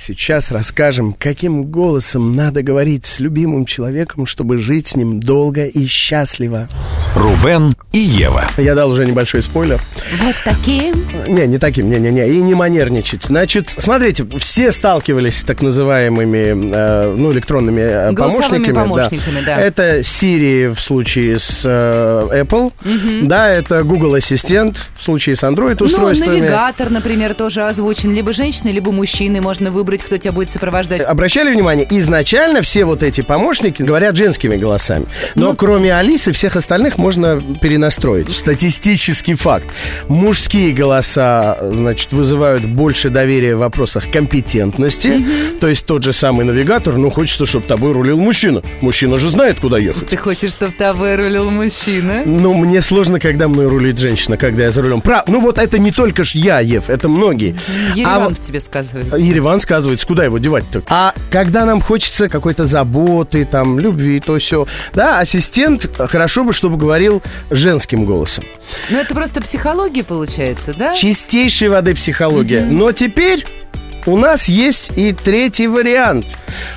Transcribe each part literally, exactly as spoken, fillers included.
Сейчас расскажем, каким голосом надо говорить с любимым человеком, чтобы жить с ним долго и счастливо. Рубен и Ева. Я дал уже небольшой спойлер. Вот таким? Не, не таким, не-не-не, и не манерничать. Значит, смотрите, все сталкивались с так называемыми, э, ну, электронными э, помощниками. помощниками да. Да. Это Siri в случае с э, Apple, угу. Да, это Google Ассистент в случае с Android-устройствами. Ну, навигатор, например, тоже озвучен. Либо женщины, либо мужчины. Можно выбрать, кто тебя будет сопровождать. Обращали внимание, изначально все вот эти помощники говорят женскими голосами. Но ну, кроме Алисы, всех остальных можно перенастроить. Статистический факт. Мужские голоса, значит, вызывают больше доверия в вопросах компетентности. Mm-hmm. То есть тот же самый навигатор, ну, хочется, чтобы тобой рулил мужчина. Мужчина же знает, куда ехать. Ты хочешь, чтобы тобой рулил мужчина? Ну, мне сложно, когда мной рулит женщина, когда я за рулем. Прав... Ну, вот это не только ж я, Ев, это многие. Ереван а в тебе сказывается. Ереван сказывается, куда его девать-то? А когда нам хочется какой-то заботы, там, любви, то все, да, ассистент хорошо бы, чтобы говорил женским голосом. Ну, это просто психология получается, да? Чистейшей воды психология. Mm-hmm. Но теперь у нас есть и третий вариант.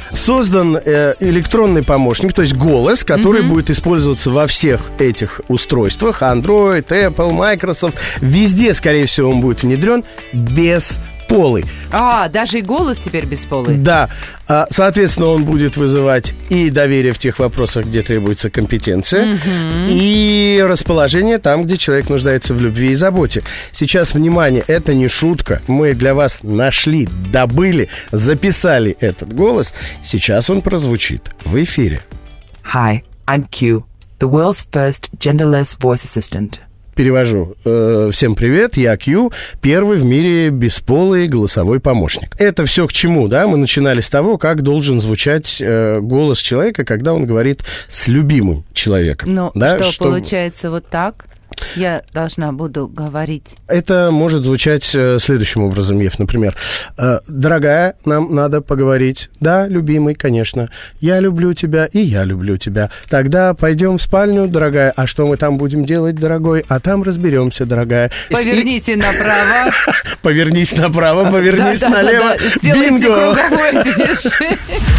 Создан э, электронный помощник, то есть голос, который mm-hmm. будет использоваться во всех этих устройствах. Android, Apple, Microsoft. Везде, скорее всего, он будет внедрен бесполый. А, даже и голос теперь бесполый? Да. Соответственно, он будет вызывать и доверие в тех вопросах, где требуется компетенция, mm-hmm. и расположение там, где человек нуждается в любви и заботе. Сейчас, внимание, это не шутка. Мы для вас нашли, добыли, записали этот голос. Сейчас он прозвучит в эфире. Hi, I'm Q, the world's first genderless voice assistant. Перевожу. Всем привет, я Q, первый в мире бесполый голосовой помощник. Это все к чему, да? Мы начинали с того, как должен звучать голос человека, когда он говорит с любимым человеком. Ну, да? что, что получается вот так? Я должна буду говорить. Это может звучать следующим образом, Ев, например. Дорогая, нам надо поговорить. Да, любимый, конечно. Я люблю тебя, и я люблю тебя. Тогда пойдем в спальню, дорогая. А что мы там будем делать, дорогой? А там разберемся, дорогая. Поверните и... направо. Повернись направо, повернись налево. Сделайте круговое движение.